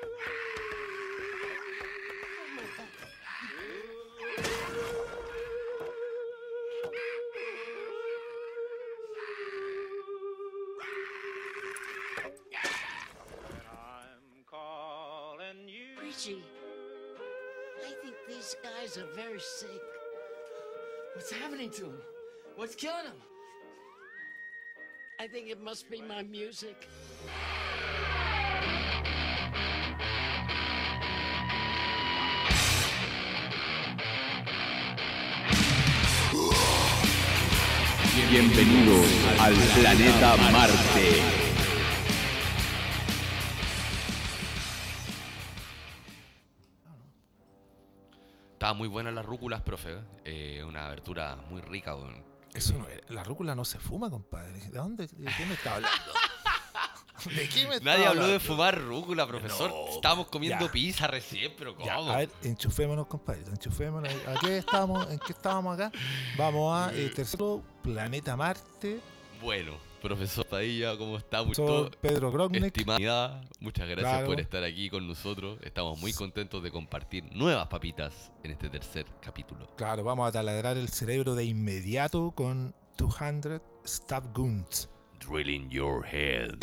Richie, I think these guys are very sick. What's happening to him? What's killing him? I think it must be my music. Bienvenidos al planeta Marte. Estaba muy buena las rúculas, profe. Una abertura muy rica. Eso no es, la rúcula no se fuma, compadre. ¿De dónde? ¿De qué me está hablando? ¿De qué me está Nadie habló hablando? de fumar rúcula, profesor. No, Estábamos comiendo ya. pizza recién, pero ¿cómo? Ya, a ver, enchufémonos, compadre. Enchufémonos. ¿A qué estábamos? ¿En qué estábamos acá? Vamos a tercero, planeta Marte. Bueno, profesor Padilla, ¿cómo está? Soy Pedro Grognek. Estimada, muchas gracias Claro. por estar aquí con nosotros. Estamos muy contentos de compartir nuevas papitas en este tercer capítulo. Claro, vamos a taladrar el cerebro de inmediato con 200 Stab Guns. Drilling your head.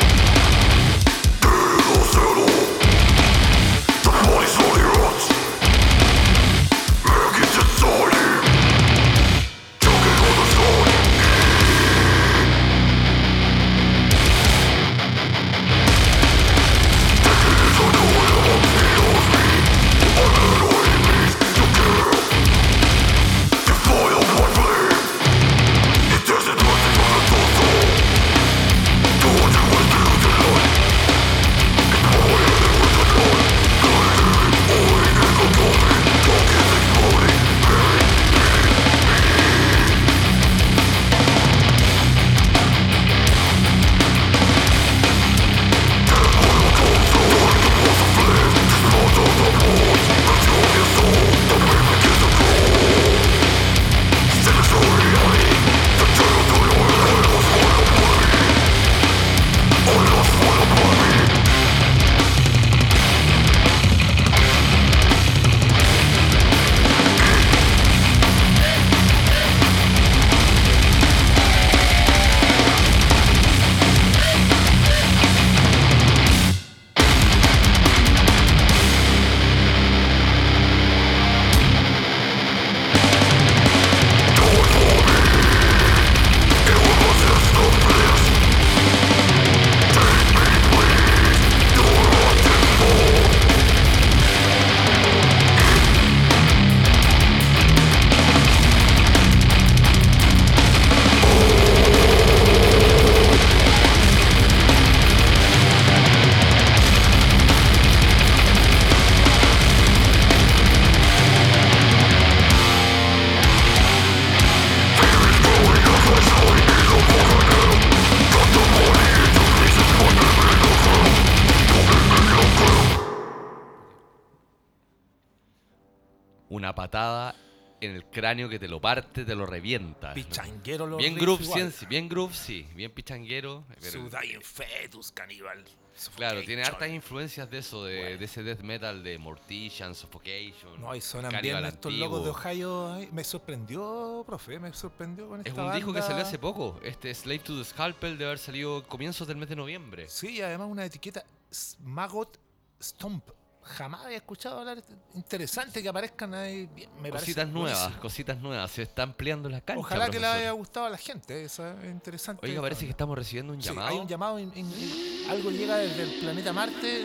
Una patada en el cráneo que te lo parte, te lo revienta. Pichanguero los Bien riffs groove, igual. sí, bien groove, sí. Bien pichanguero. Pero, Su Dying Fetus, Caníbal. claro, tiene Suffocation. hartas influencias de eso, de Bueno. ese death metal de Mortician, Suffocation. No, y suenan Cannibal bien estos antiguo. locos de Ohio. Ay, me sorprendió, profe, me sorprendió con esta Es un banda. disco que salió hace poco. Este Slave to the Scalpel debe haber salido comienzos del mes de noviembre. Sí, y además una etiqueta Maggot Stomp. Jamás había escuchado hablar. Interesante que aparezcan ahí. Me parece buenísimo. Cositas nuevas. Se está ampliando la cancha. Ojalá que le profesor. haya gustado a la gente. Eso es interesante. Oiga, parece que estamos recibiendo un Sí, llamado. hay un llamado. Algo llega desde el planeta Marte.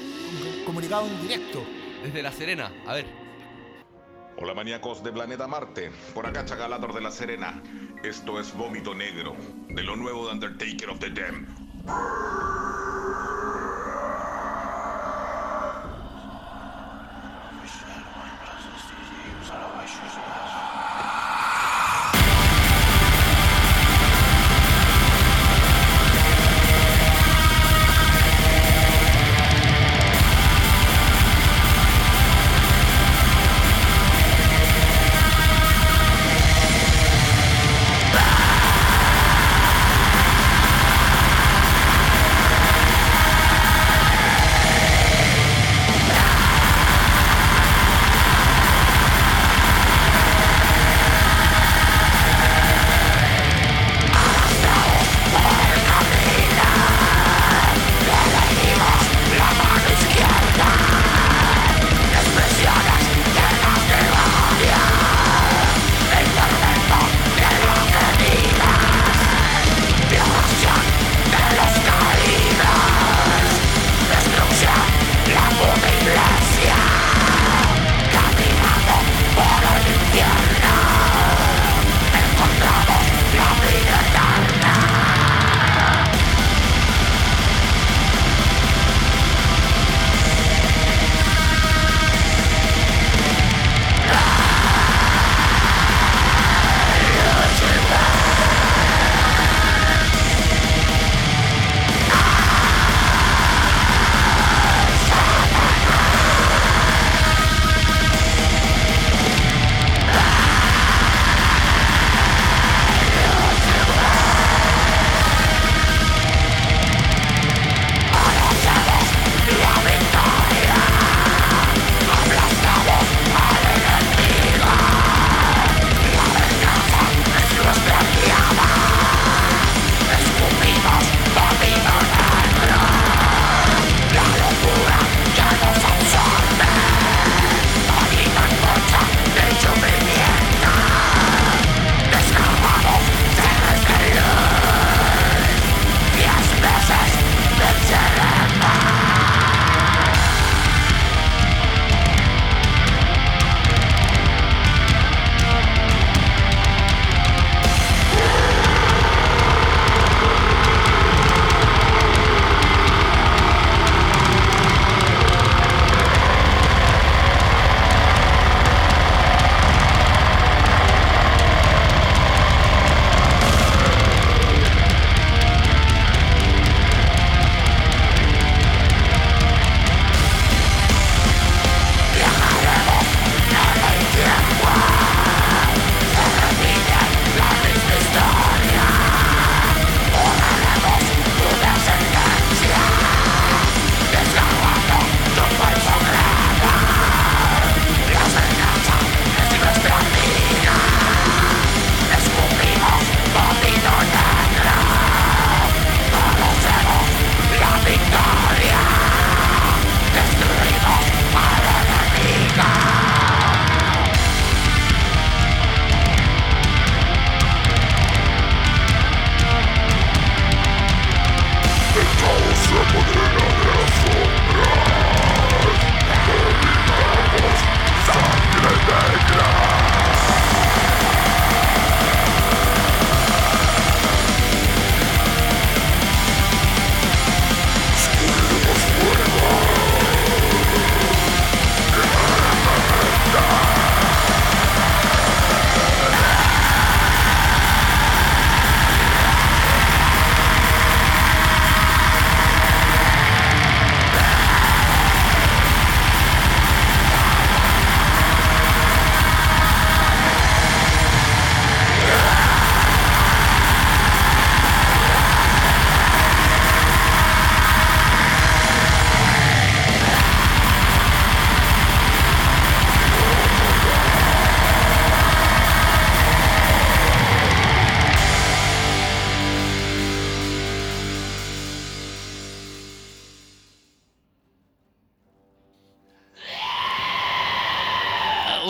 Un comunicado en directo. Desde La Serena. A ver. Hola maníacos de Planeta Marte, por acá Chacalator de La Serena. Esto es Vómito Negro, de lo nuevo de Undertaker of the Damned.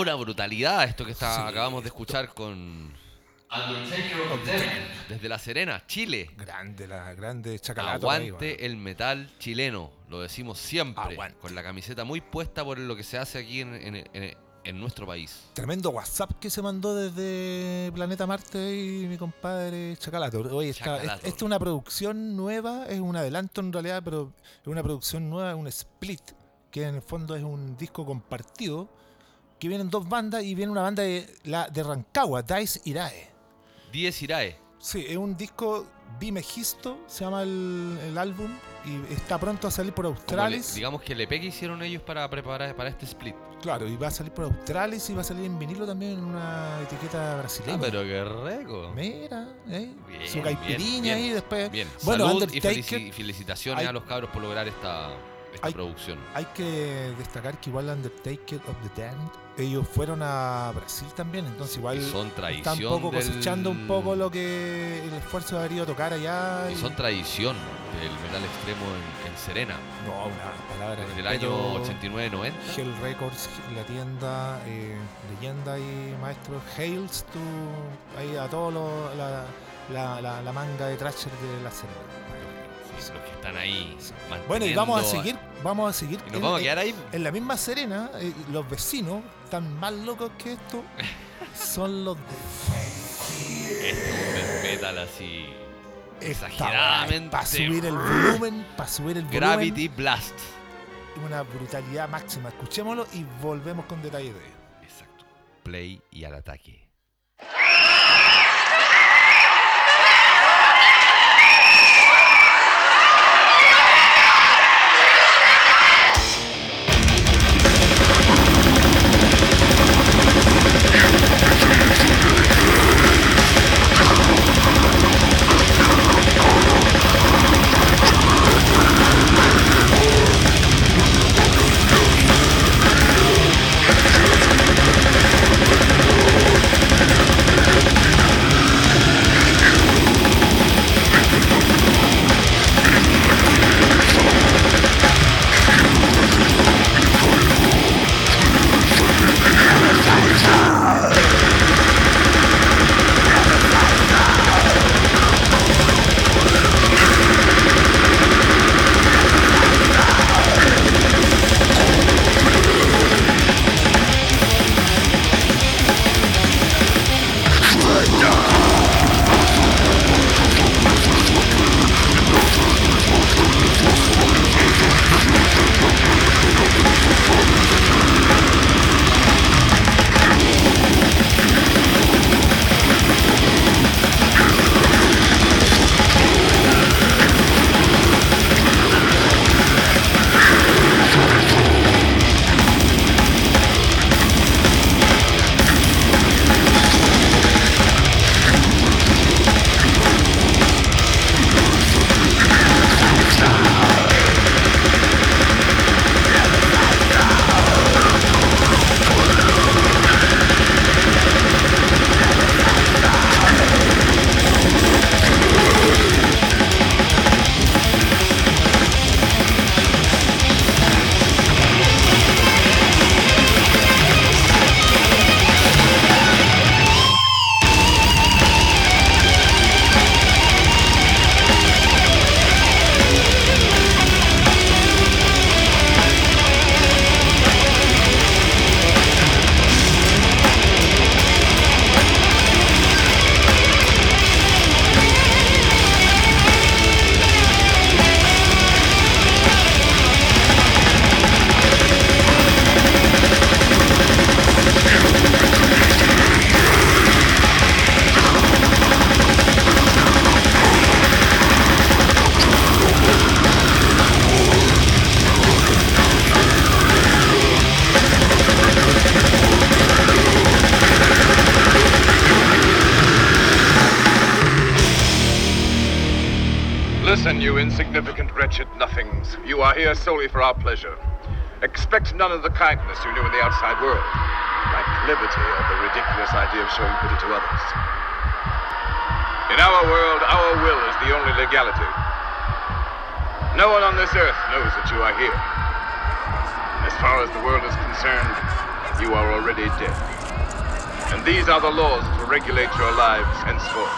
Una brutalidad esto que Sí, acabamos de escuchar con desde La Serena, Chile. Grande Chacalato. ahí, Aguante bueno. el metal chileno, lo decimos siempre, Aguante. con la camiseta muy puesta por lo que se hace aquí en nuestro país. Tremendo WhatsApp que se mandó desde Planeta Marte y mi compadre Chacalato. Oye, esta es una producción nueva, es un adelanto en realidad, pero es una producción nueva, un split, que en el fondo es un disco compartido, que vienen dos bandas y viene una banda de Rancagua, Dice Irae. Diez Irae. Sí, es un disco Bimegisto, se llama el álbum, y está pronto a salir por Australis. Digamos que el EP que hicieron ellos para preparar para este split. Claro, y va a salir por Australis y va a salir en vinilo también en una etiqueta brasileña. Ah, pero qué rico. Mira, Bien, su caipiriña bien, ahí después. Bien, Bueno, salud Undertaker, y felicitaciones hay- a los cabros por lograr esta producción. hay que destacar que igual Undertaker of the Damned, ellos fueron a Brasil también, entonces igual Y son están tradición un poco cosechando un poco lo que el esfuerzo de haber ido a tocar allá. Y son tradición del metal extremo en Serena. No, una palabra. Desde el respeto. año 89-90. Hell Records, la tienda, leyenda y maestro Hales, ahí a todos la manga de Thrasher de La Serena. Sí, los que están ahí. Bueno, y vamos a seguir Y nos vamos a quedar ahí. en la misma Serena. Los vecinos, tan más locos que esto, son los de Este es un death metal así. Exageradamente. para subir el volumen, Gravity Blast. una brutalidad máxima. Escuchémoslo y volvemos con detalles de ello. Exacto. Play y al ataque. Listen, you insignificant, wretched nothings. You are here solely for our pleasure. Expect none of the kindness you knew in the outside world, like liberty or the ridiculous idea of showing pity to others. In our world, our will is the only legality. No one on this earth knows that you are here. As far as the world is concerned, you are already dead. And these are the laws that will regulate your lives henceforth.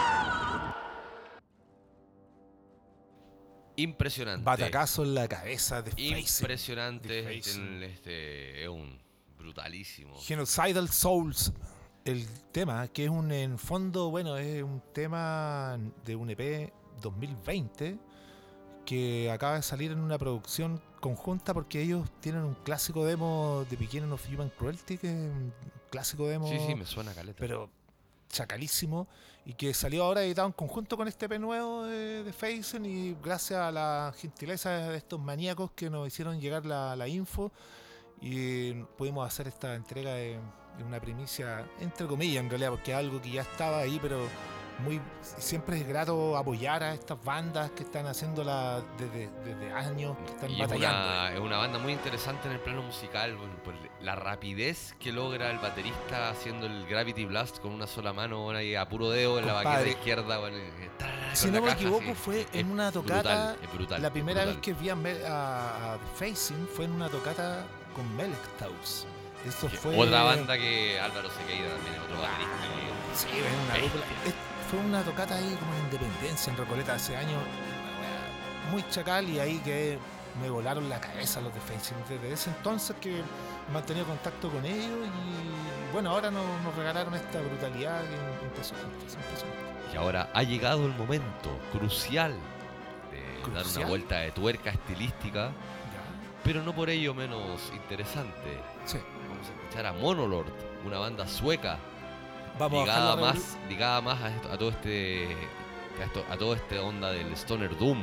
Impresionante. Batacazo en la cabeza de Impresionante. Facing. Es un brutalísimo. Genocidal Souls. El tema, que es en fondo, bueno, es un tema de un EP 2020 que acaba de salir en una producción conjunta porque ellos tienen un clásico demo de Beginning of Human Cruelty, que es un clásico demo. Sí, me suena caleta. Pero chacalísimo, y que salió ahora editado en conjunto con este EP nuevo de Facing, y gracias a la gentileza de estos maníacos que nos hicieron llegar la info, y pudimos hacer esta entrega de una primicia, entre comillas en realidad, porque es algo que ya estaba ahí, pero siempre es grato apoyar a estas bandas que están haciéndola desde años, que están batallando. Es una banda muy interesante en el plano musical, por la rapidez que logra el baterista haciendo el Gravity Blast con una sola mano, a puro dedo en la baqueta izquierda. Si no me equivoco, fue en una tocata. Brutal, la primera vez que vi a Facing fue en una tocata con Melektaus. Eso fue otra banda que Álvaro Sequeira también es otro baterista. Sí, es una dupla. Fue una tocata ahí como en Independencia, en Recoleta, hace años, muy chacal, y ahí que me volaron la cabeza los de Facing. Desde ese entonces que he mantenido contacto con ellos, y bueno, ahora nos regalaron esta brutalidad que es impresionante. Y ahora ha llegado el momento crucial de dar una vuelta de tuerca estilística, pero no por ello menos interesante. Sí. Vamos a escuchar a Monolord, una banda sueca. Vamos ligada más a todo este onda del Stoner Doom.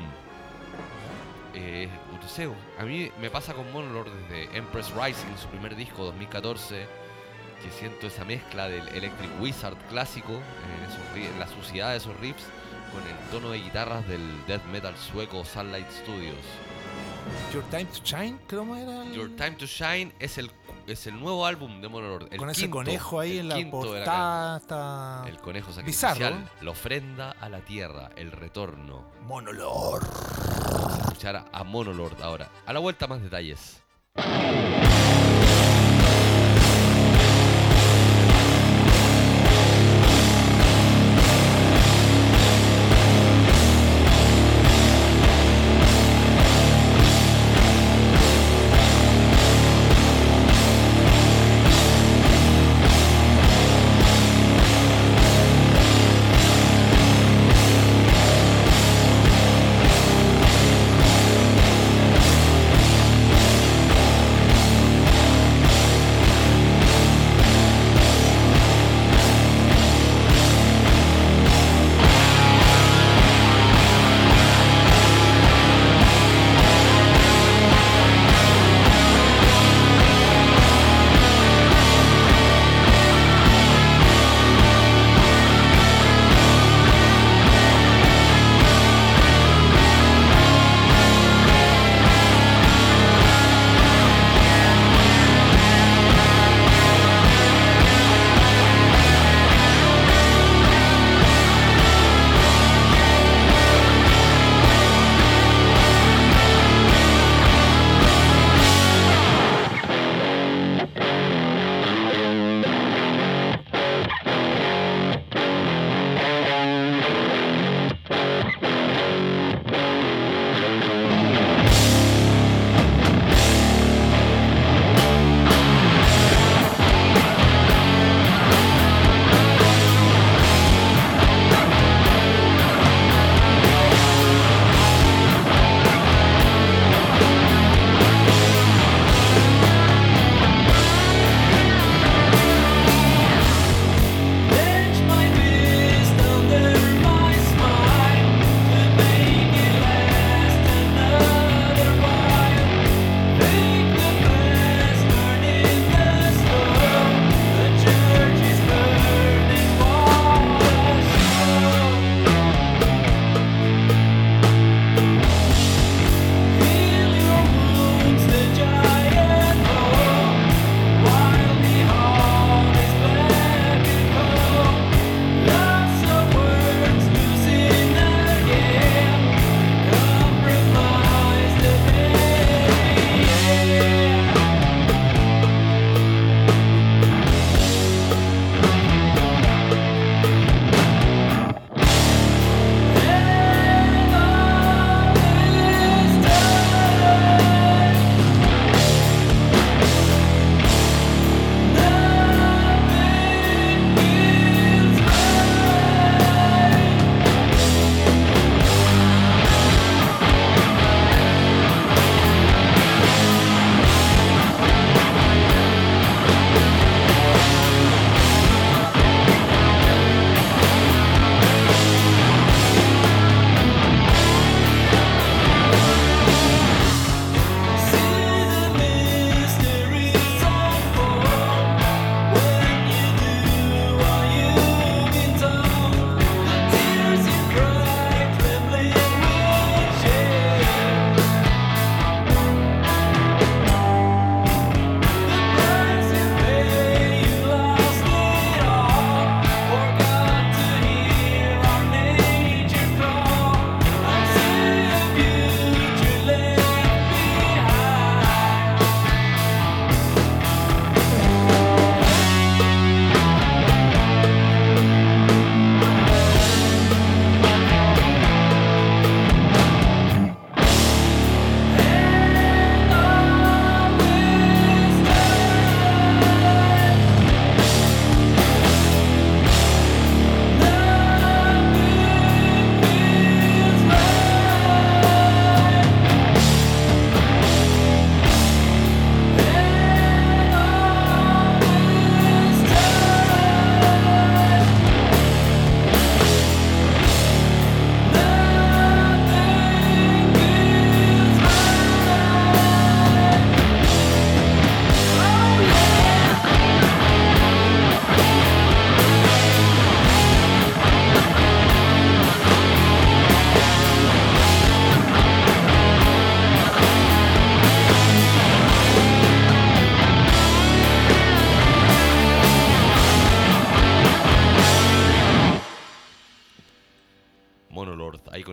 No sé, a mí me pasa con Monolord desde Empress Rising, su primer disco 2014, que siento esa mezcla del Electric Wizard clásico, en la suciedad de esos riffs, con el tono de guitarras del death metal sueco Sunlight Studios. Your Time to Shine, ¿cómo era? Your Time to Shine es el nuevo álbum de Monolord. Con ese conejo ahí en la portada. Está el conejo sacrificial. Bizarro. La ofrenda a la tierra, el retorno. Monolord. Vamos a escuchar a Monolord ahora. A la vuelta más detalles.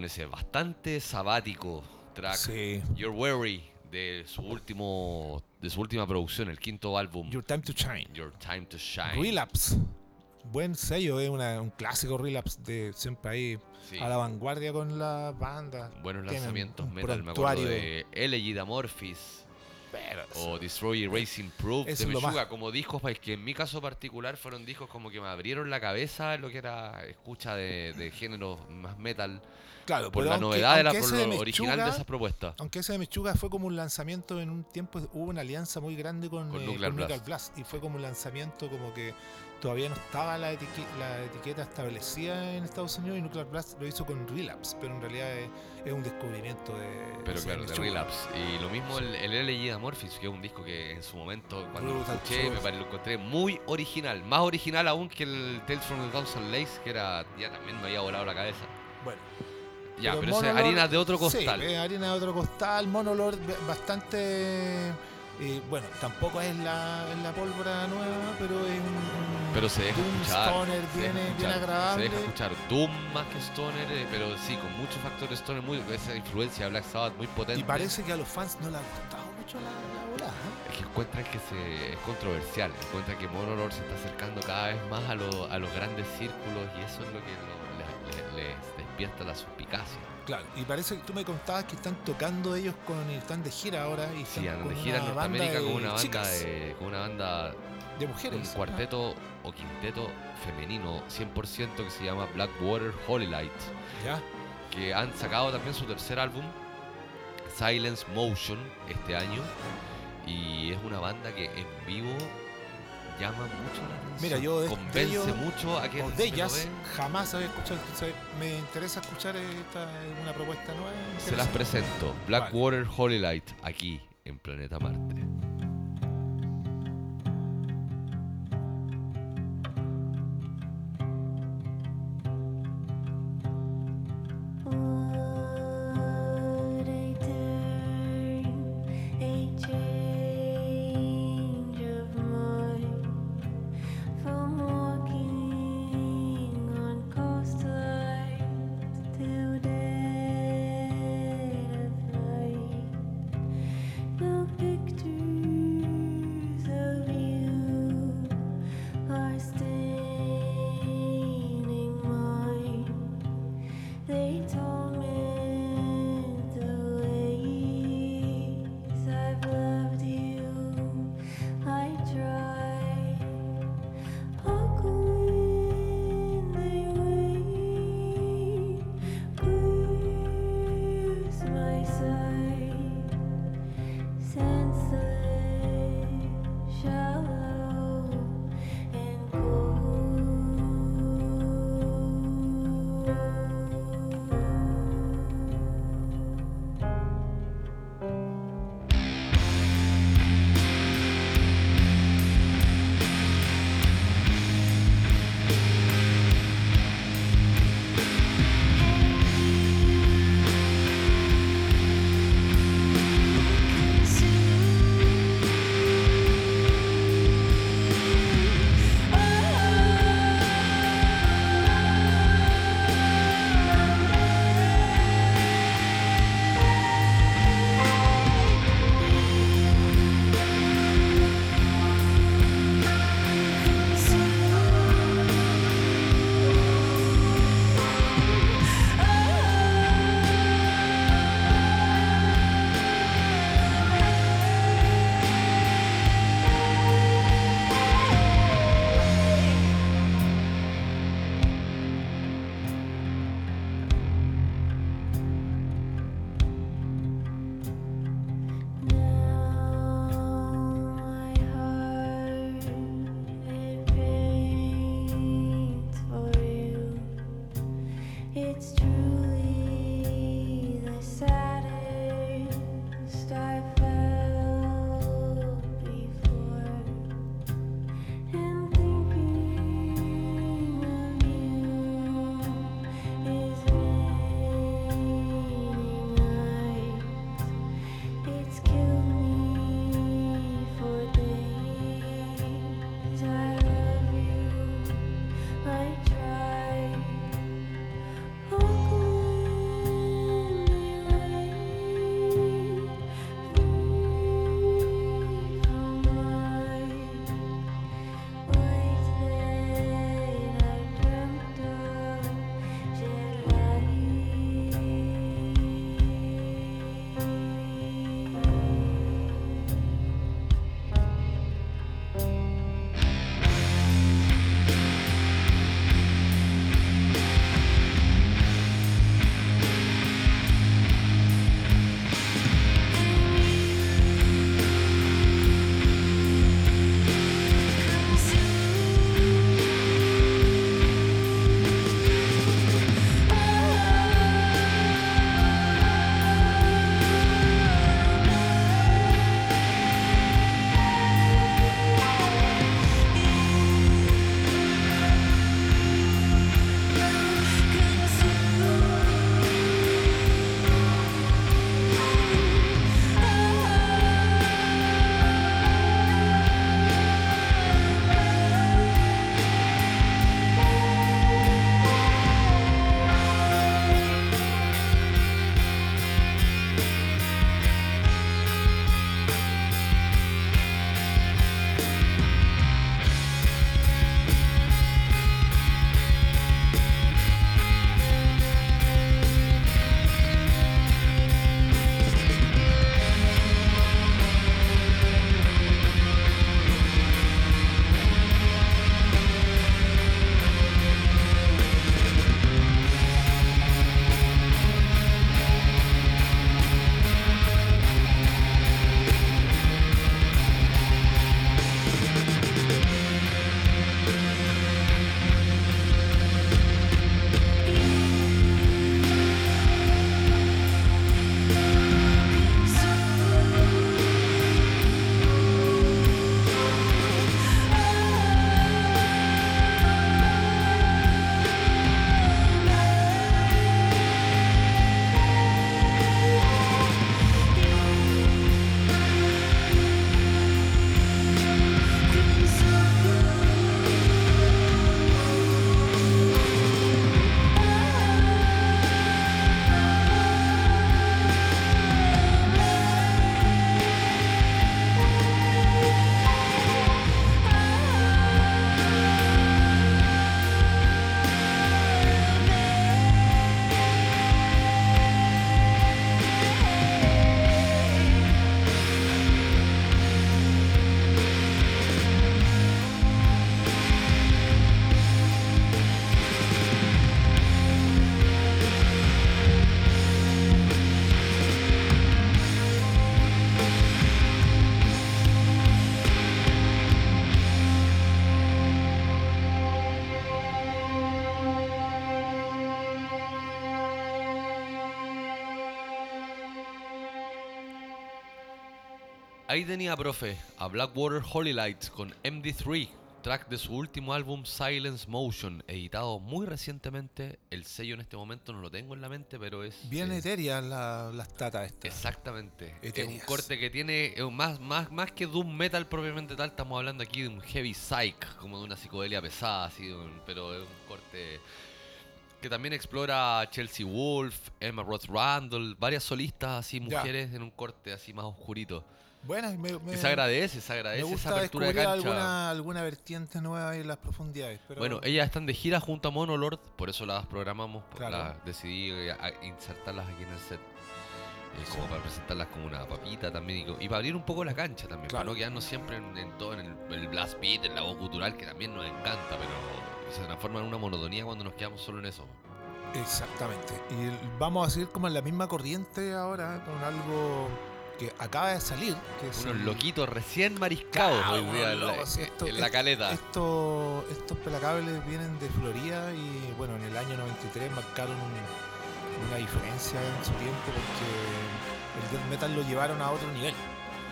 ese bastante sabático track, Sí. You're Weary, de su última producción, el quinto álbum, Your Time to Shine. Your Time to Shine. Relapse. Buen sello, es un clásico Relapse de siempre ahí Sí. a la vanguardia con la banda. Buenos Tienen lanzamientos un metal, me acuerdo prontuario. de Elegy de Amorphis o Destroy Erasing Proof eso de es lo Meshuggah, más. como discos que en mi caso particular fueron discos como que me abrieron la cabeza en lo que era escucha de género más metal, Claro, por pero la aunque- novedad aunque ese por de lo original de Meshuggah- esas propuestas. Aunque ese de Meshuggah fue como un lanzamiento en un tiempo, hubo una alianza muy grande con Nuclear Nuclear Blast. Blast y fue como un lanzamiento como que todavía no estaba la etiqueta establecida en Estados Unidos y Nuclear Blast lo hizo con Relapse, pero en realidad es un descubrimiento de Pero ese claro, de Meshuggah. Relapse. Y lo mismo el Elegy de Amorphis, que es un disco que en su momento, cuando lo Brutal escuché, Truth. lo encontré muy original. Más original aún que el Tales from the Thousand Lakes, que era ya también me había volado la cabeza. Bueno, Ya, pero esa es Monolord- harina de otro costal. Sí, es harina de otro costal. Monolord bastante. Bueno, tampoco es la pólvora nueva, pero es un. Pero se deja Doom escuchar. Stoner se deja bien escuchar, agradable. Se deja escuchar Doom más que Stoner, pero sí, con muchos factores Stoner, esa influencia de Black Sabbath muy potente. Y parece que a los fans no les ha gustado mucho la volada. Es que encuentran que es controversial, encuentran que Monolord se está acercando cada vez más a los grandes círculos y eso es lo que les despierta la suspicacia. Claro, y parece que tú me contabas que están tocando ellos están de gira ahora y Sí, están andan de con gira en una banda Norteamérica de con una chicas, banda, de mujeres. un cuarteto o quinteto femenino 100% que se llama Blackwater Holy Light, Ya, que han sacado también su tercer álbum, Silence Motion, este año, y es una banda que en vivo llama mucho la atención. Mira, yo de convence ellos, mucho a que o de lo ellas ve. jamás había escuchado. Me interesa escuchar una propuesta nueva. Se las interesante. presento, Blackwater Holy Light, aquí en Planeta Marte. Would I turn a change of mind from walking on coastlines till dead of night? No picture Ahí tenía, profe, a Blackwater Holy Lights con MD3, track de su último álbum Silence Motion, editado muy recientemente. El sello en este momento no lo tengo en la mente, pero es... Bien es- etéreas las tatas estas. Exactamente. Es un Etéreas. corte que tiene más que doom metal propiamente tal, estamos hablando aquí de un heavy psych, como de una psicodelia pesada, así, pero es un corte que también explora a Chelsea Wolfe, Emma Roth Randall, varias solistas así, Ya. mujeres en un corte así más oscurito. Buenas, Que se agradece me esa gusta apertura de descubrir cancha. alguna vertiente nueva en las profundidades. Pero Bueno, ellas están de gira junto a Monolord, por eso las programamos, Claro. decidí insertarlas aquí en el set. Como para presentarlas como una papita también y para abrir un poco la cancha también, Claro. para no quedarnos siempre en todo en el blast beat, en la voz gutural, que también nos encanta, pero se transforma en una monotonía cuando nos quedamos solo en eso. Exactamente. Y vamos a seguir como en la misma corriente ahora con algo que acaba de salir. Que es Unos el- loquitos recién mariscados Claro, hoy día unos locos, en la caleta. Estos pelacables vienen de Florida y bueno, en el año 93 marcaron una diferencia en su tiempo porque el death metal lo llevaron a otro nivel.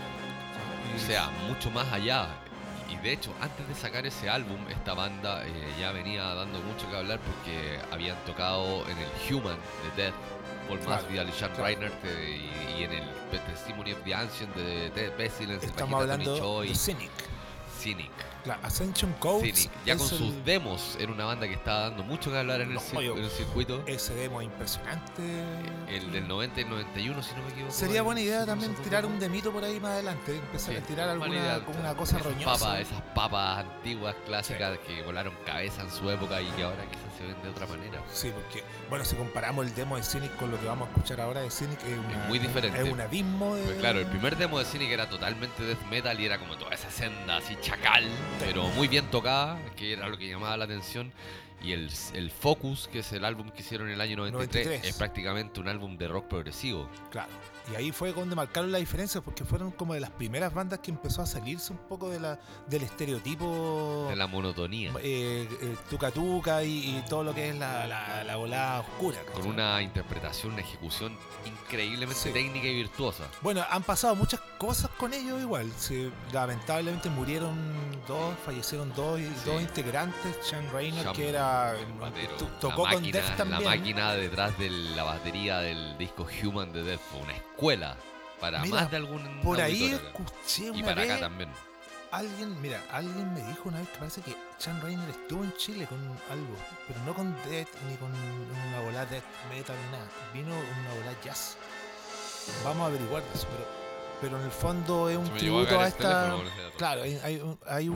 O sea, mucho más allá. Y de hecho, antes de sacar ese álbum, esta banda ya venía dando mucho que hablar porque habían tocado en el Human de Death, Paul Claro, Masvidal y Sean claro. Reinhardt, y en el Testimony of the Ancient de Death Pestilence, el Estamos bajista hablando Tony de Choi, Cynic. Cynic. La Ascension Codes Cynic. Ya es con sus el- demos, era una banda que estaba dando mucho que hablar en, No, en el circuito. ese demo impresionante. El del 90 y 91, si no me equivoco. Sería buena idea Si no también se tirar equivoco. un demito por ahí más adelante, empezar Sí, a tirar mala alguna idea. como una cosa Esas roñosa. esas papas antiguas, clásicas, que volaron cabeza en su época y que ahora quizás se ven de otra manera. Sí, porque, bueno, si comparamos el demo de Cynic con lo que vamos a escuchar ahora de Cynic, es muy diferente. Es un abismo de... Pues claro, el primer demo de Cynic era totalmente death metal y era como toda esa senda así chacal, pero muy bien tocada, que era lo que llamaba la atención. Y el Focus, que es el álbum que hicieron en el año 93, es prácticamente un álbum de rock progresivo. Claro. Y ahí fue donde marcaron la diferencia, porque fueron como de las primeras bandas que empezó a salirse un poco del estereotipo De la monotonía. tuca tuca y todo lo que es la volada oscura. Con ¿cachai? una interpretación, una ejecución increíblemente Sí. técnica y virtuosa. Bueno, han pasado muchas cosas con ellos igual. Sí, lamentablemente murieron fallecieron dos integrantes. Sean Reinhardt, Sean, que era batero. tocó La con máquina- Death también. La máquina detrás de la batería del disco Human de Death fue una escuela para Mira, más de algún Por ahí auditorio acá. escuché Y una para vez acá también. alguien me dijo una vez que parece que Sean Reinhardt estuvo en Chile con algo, pero no con Death ni con una bola Death metal ni nada. Vino una bola jazz. Vamos a averiguar eso, pero en el fondo es un Se me llegó a tributo caer a el esta. teléfono con ese dato. Claro, hay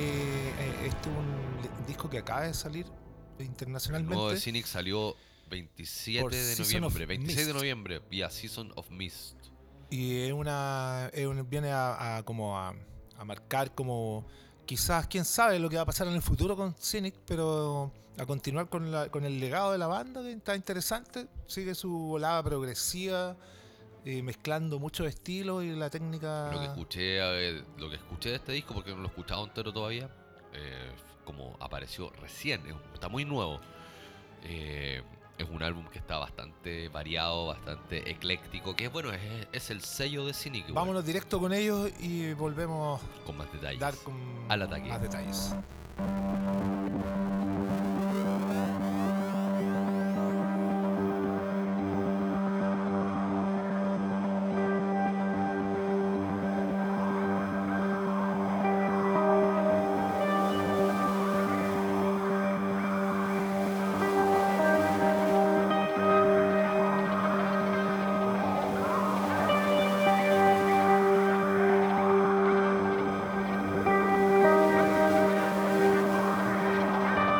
un disco que acaba de salir El nuevo de internacionalmente. Cynic salió 27 Por de Season of noviembre. 26 de Mist. noviembre, vía Season of Mist. Y viene a marcar como quizás, quién sabe lo que va a pasar en el futuro con Cynic, pero a continuar con el legado de la banda, que está interesante. Sigue su volada progresiva, mezclando muchos estilos y la técnica. Lo que escuché de este disco, porque no lo he escuchado entero todavía, como apareció recién, está muy nuevo. Es un álbum que está bastante variado, bastante ecléctico, que bueno, es el sello de Cynic. igual, Vámonos directo con ellos y volvemos con más a detalles. dar con Al ataque. más detalles. Thank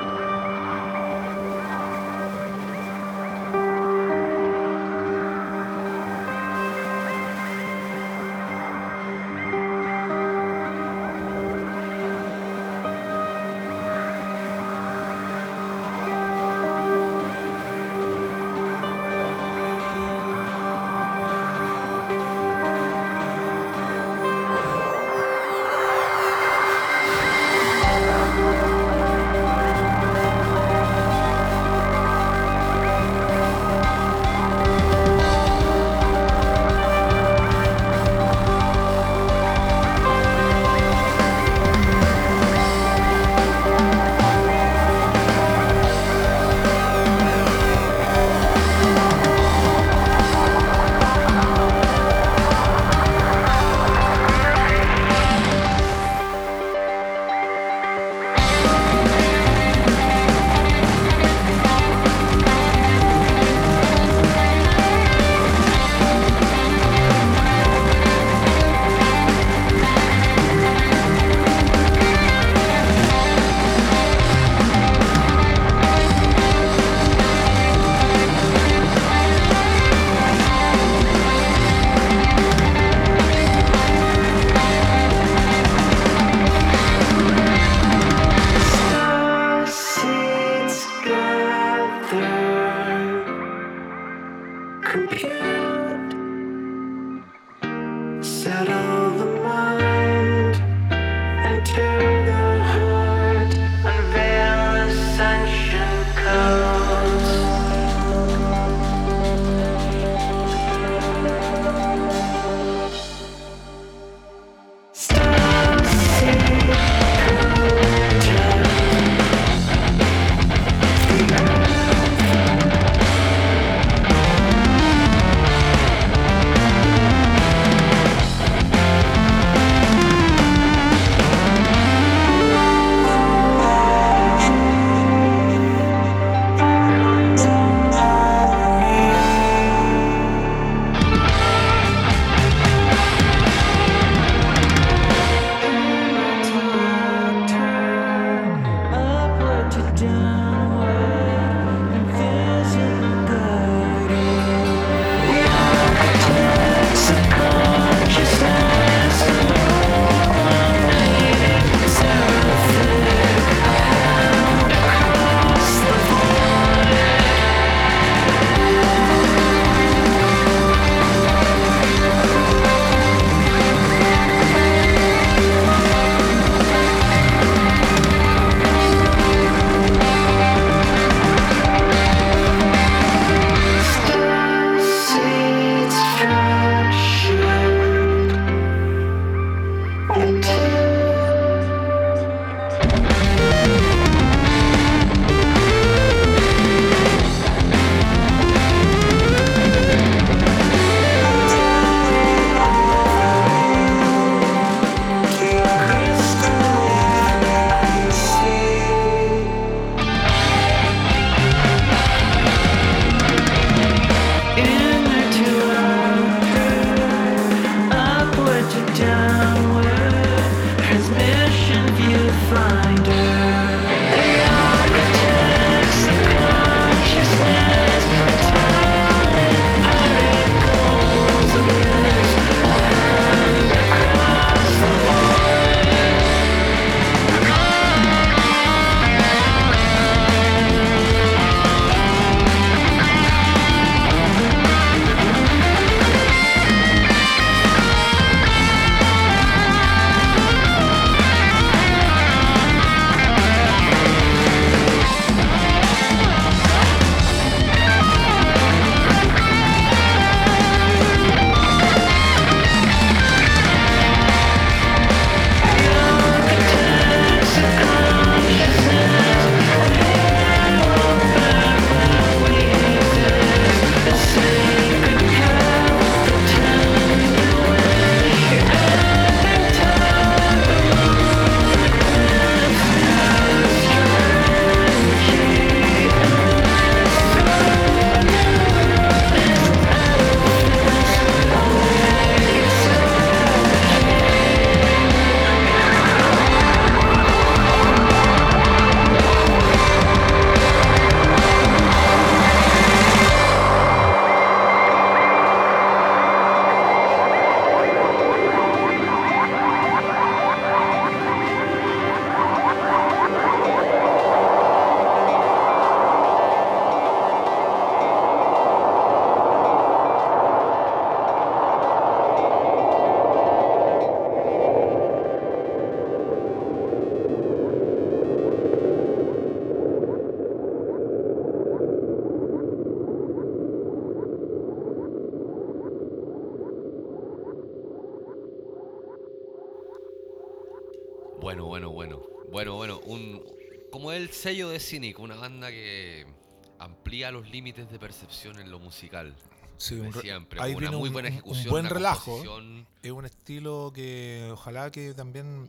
Bueno, como el sello de Cynic, una banda que amplía los límites de percepción en lo musical. Sí, siempre, ahí con una viene muy buena ejecución, un buen una relajo. composición. Es un estilo que ojalá que también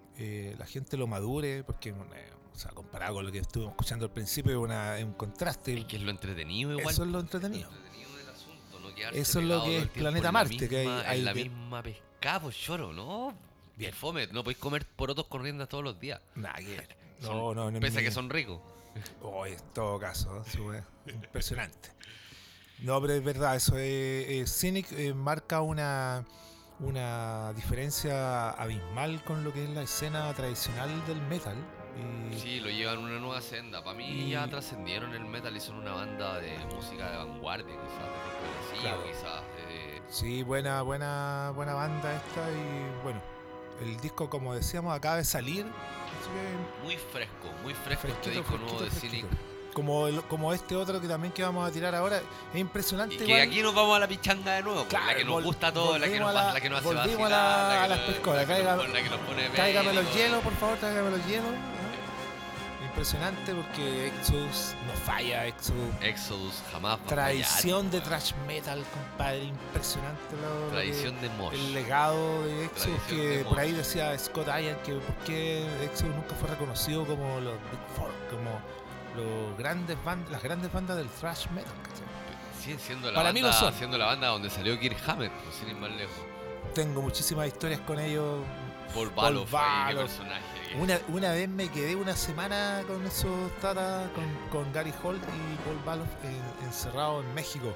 la gente lo madure, porque o sea, comparado con lo que estuvimos escuchando al principio, es un contraste. Es que es lo entretenido igual. Eso es lo entretenido. Del asunto, no quedarse Eso es lo pegado que todo es el tiempo Planeta en la Marte, que misma- hay en la de- misma pescado, pues, choro, ¿no? Bien fome, no podéis comer porotos con riendas todos los días. Nada que ver. Son- No, Pese a mi- que son ricos. Oh, en todo caso, eso es impresionante. No, pero es verdad, eso es Cynic marca una diferencia abismal con lo que es la escena tradicional del metal. Y Sí, lo llevan a una nueva senda. Para mí Y- ya trascendieron el metal y son una banda de música de vanguardia, quizás, de rock progresivo, Claro. quizás. sí, buena banda esta y bueno, el disco como decíamos acaba de salir. Así que Muy fresco este fresquito, disco nuevo de fresquito. Cynic. Como este otro que vamos a tirar ahora, es impresionante. Y que igual. aquí nos vamos a la pichanga de nuevo, Claro, la que nos gusta a todos, la que volvimos nos, a la- la que nos hace volvimos a vacilar, la- la a que las nos- pescoras, la que nos traiga- pone- la que nos pone Tráigame los bélicos. hielos, por favor, tráigame los hielos. Impresionante porque Exodus no falla, Exodus jamás va a Tradición de fallar, thrash metal, compadre, impresionante lo que- Tradición de Mosh. el legado de Exodus, Tradición que de por Mosh. ahí decía Scott Ian que por qué Exodus nunca fue reconocido como los Big Four, como las grandes bandas del thrash metal, ¿cachai? Siguen siendo la Para banda, mí lo son. siendo la banda donde salió Kirk Hammett, pues, sin ir más lejos. Tengo muchísimas historias con ellos. Paul Baloff, ahí, qué Baloff. personaje. Una vez me quedé una semana con esos tatas, con Gary Holt y Paul Baloff encerrado en México.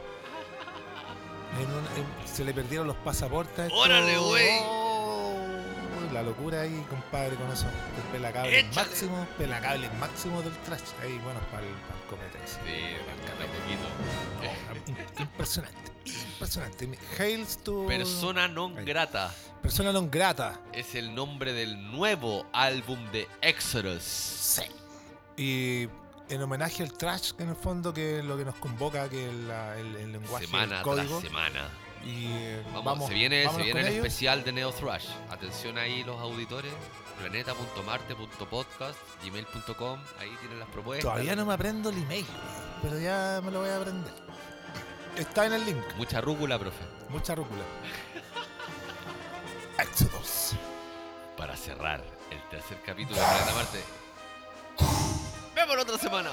Se le perdieron los pasaportes. a estos- ¡Órale, güey! ¡Oh! La locura ahí, compadre, con esos pelacables ¡Échale! máximos del trash. Ahí, bueno, para el cometa ese. Sí, poquito. Impresionante. Hails to... Persona non Ahí. grata Persona non grata. es el nombre del nuevo álbum de Exodus. Sí. Y en homenaje al trash, en el fondo, que es lo que nos convoca, que es el lenguaje Semana del código. tras semana. Y Se viene vámonos el con ellos. especial de Neo Thrash. Atención ahí los auditores. planeta.marte.podcast, gmail.com. Ahí tienen las propuestas. Todavía no me aprendo el email, weón, pero ya me lo voy a aprender. Está en el link. Mucha rúcula, profe. Mucha rúcula. Éxodos. Para cerrar el tercer capítulo de Planeta Marte. ¡Vemos la otra semana!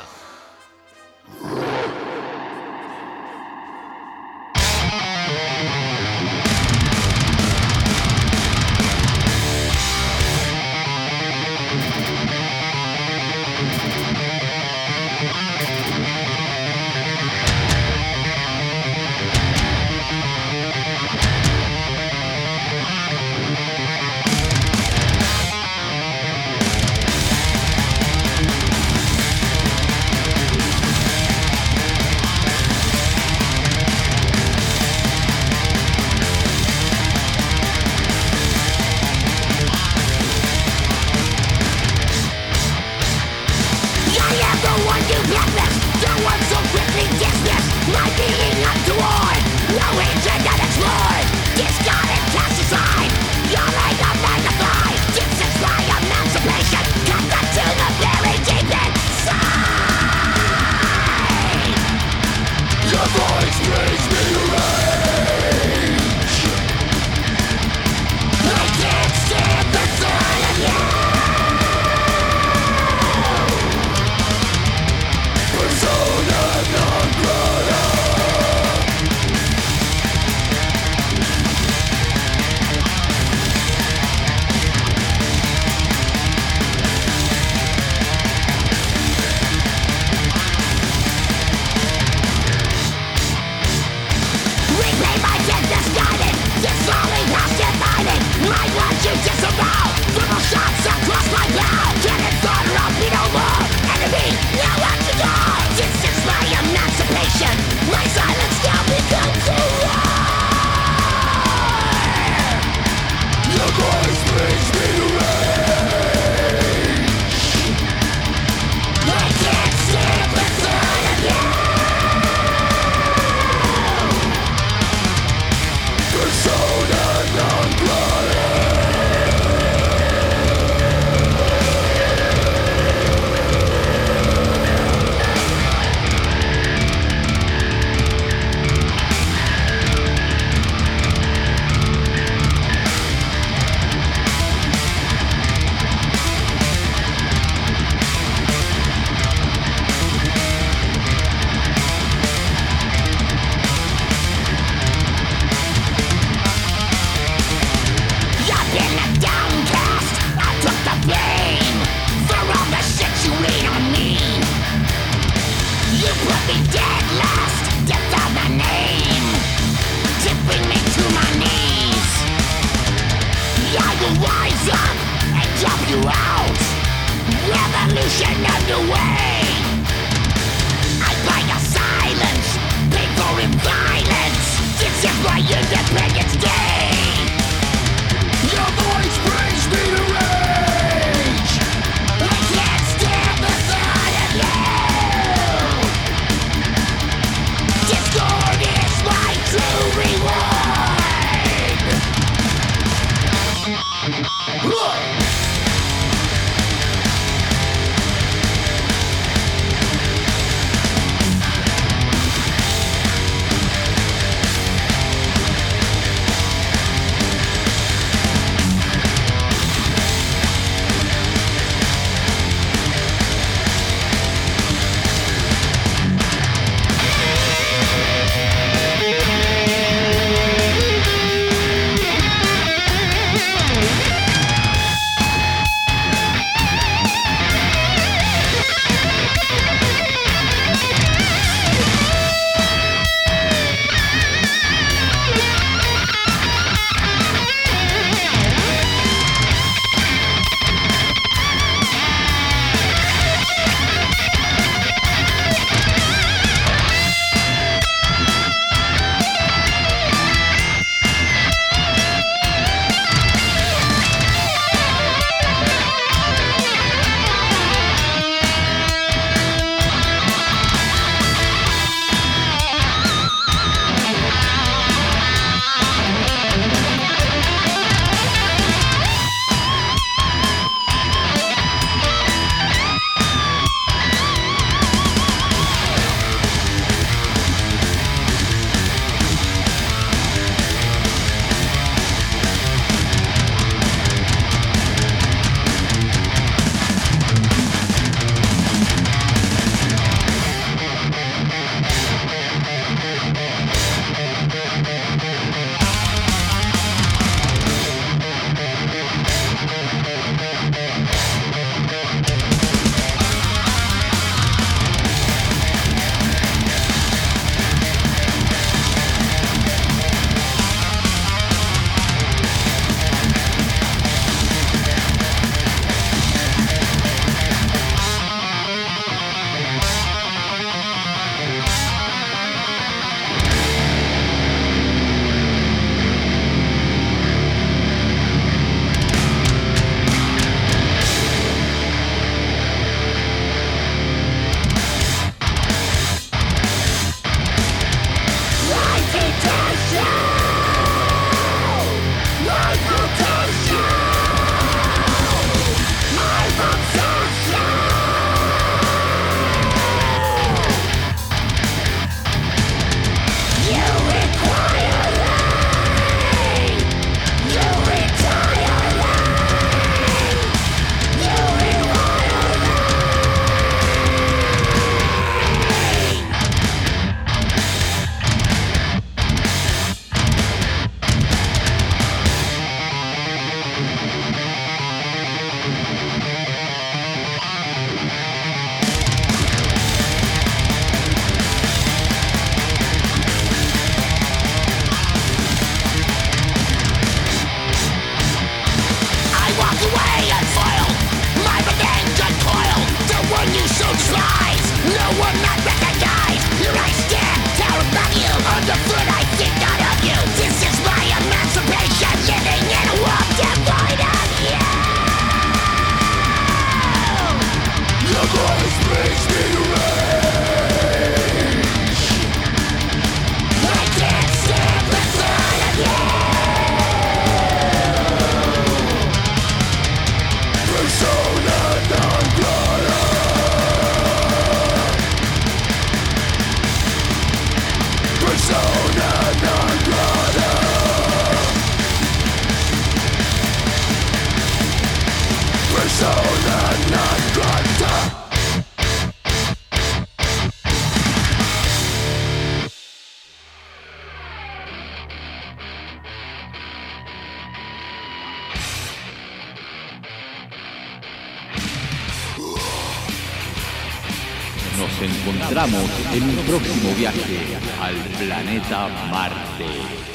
Nos encontramos en un próximo viaje al planeta Marte.